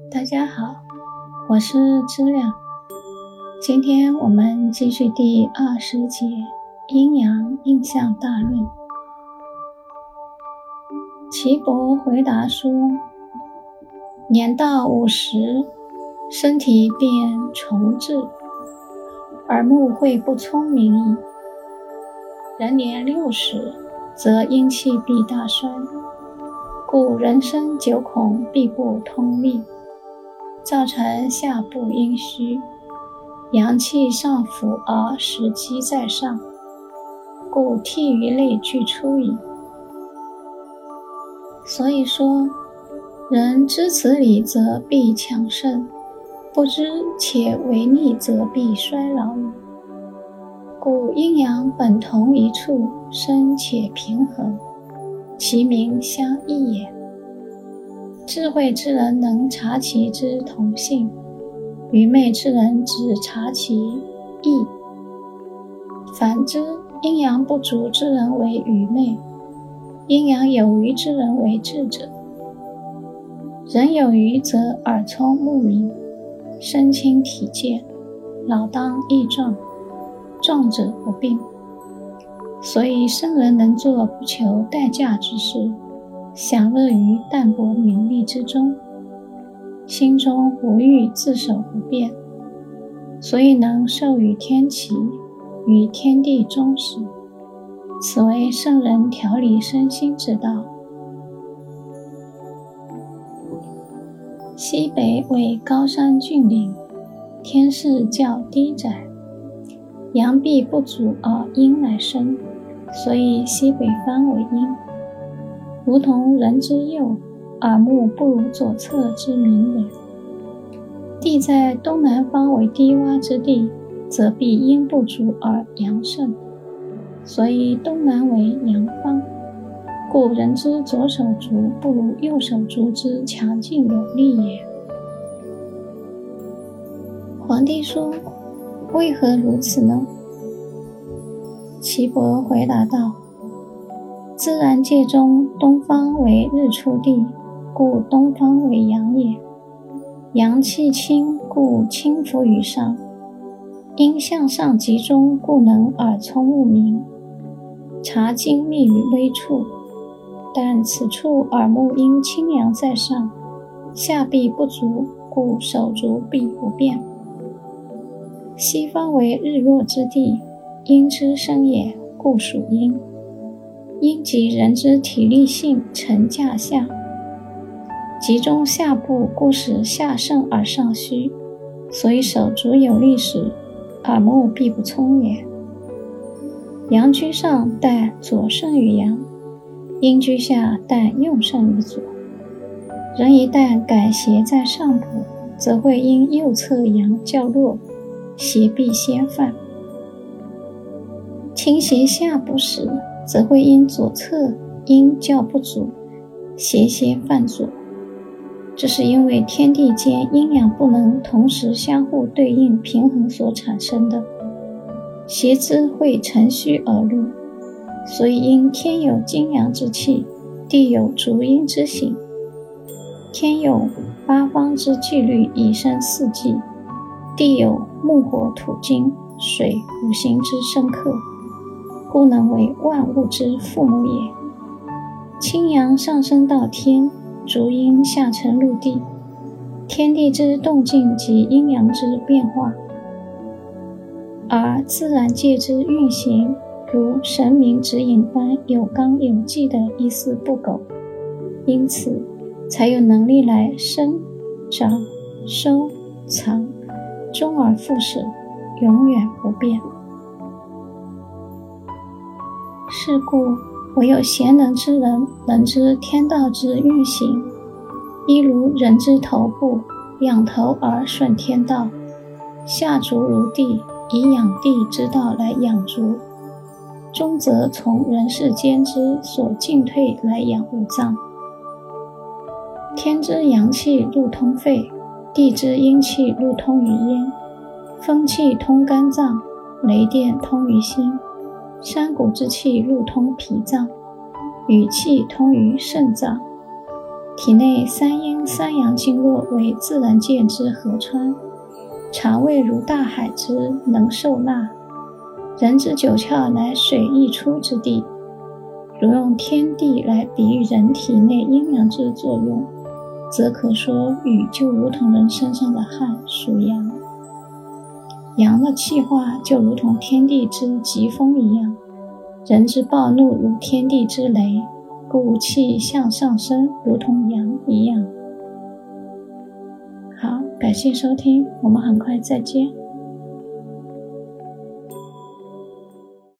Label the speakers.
Speaker 1: 大家好，我是知了。今天我们继续第20节阴阳应象大论。岐伯回答说，年到50，身体便重置，耳目会不聪明矣。人年60，则阴气必大衰，故人生久恐必不通利，造成下部阴虚，阳气上浮而实积在上，故涕于内俱出矣。所以说，人知此理则必强盛，不知且违逆则必衰老矣。故阴阳本同一处，生且平衡，其名相异也。智慧之人能察其之同性，愚昧之人只察其异。反之，阴阳不足之人为愚昧，阴阳有余之人为智者。人有余则耳聪目明，身轻体健，老当益壮，壮者不病。所以圣人能做不求代价之事，享乐于淡泊名利之中，心中无欲，自守不变，所以能受于天齐，与天地终始。此为圣人调理身心之道。西北为高山峻岭，天势较低窄，阳必不足而阴乃生，所以西北方为阴。如同人之右，耳目不如左侧之明也。地在东南方为低洼之地，则必阴不足而阳盛，所以东南为阳方。故人之左手足不如右手足之强劲有力也。皇帝说，为何如此呢？岐伯回答道，自然界中东方为日出地，故东方为阳也。阳气轻，故轻浮于上，阴向上集中，故能耳聪目明，察精密于微处。但此处耳目因清阳在上，下必不足，故手足必不变。西方为日落之地，阴之生也，故属阴。阴即人之体力性沉驾下，集中下部，故使下盛而上虚，所以手足有力时，耳目必不聪也。阳居上，但左胜于阳；阴居下，但右胜于左。人一旦改邪在上部，则会因右侧阳较弱，邪必先犯；倾斜下部时，则会因左侧阴较不足，邪先犯左。这是因为天地间阴阳不能同时相互对应平衡所产生的，邪之会乘虚而入。所以因天有精阳之气，地有足阴之行，天有八方之纪律以生四季，地有木火土金水五行之生克，故能为万物之父母也。清阳上升到天，足阴下沉入地，天地之动静及阴阳之变化，而自然界之运行如神明指引般有纲有纪的一丝不苟，因此才有能力来生长收藏，终而复始，永远不变。是故唯有贤能之人能知天道之运行，一如人之头部，仰头而顺天道，下足如地，以养地之道来养足，终则从人世间之所进退来养五脏。天之阳气入通肺，地之阴气入通于咽，风气通肝脏，雷电通于心，山谷之气入通脾脏，雨气通于肾脏， 体内三阴三阳经络为自然界之河川，肠胃如大海之能受纳，人之九窍乃水溢出之地。如用天地来比喻人体内阴阳之作用，则可说雨就如同人身上的汗，属阳。阳的气化就如同天地之疾风一样，人之暴怒如天地之雷，故气向上升如同阳一样。好，感谢收听，我们很快再见。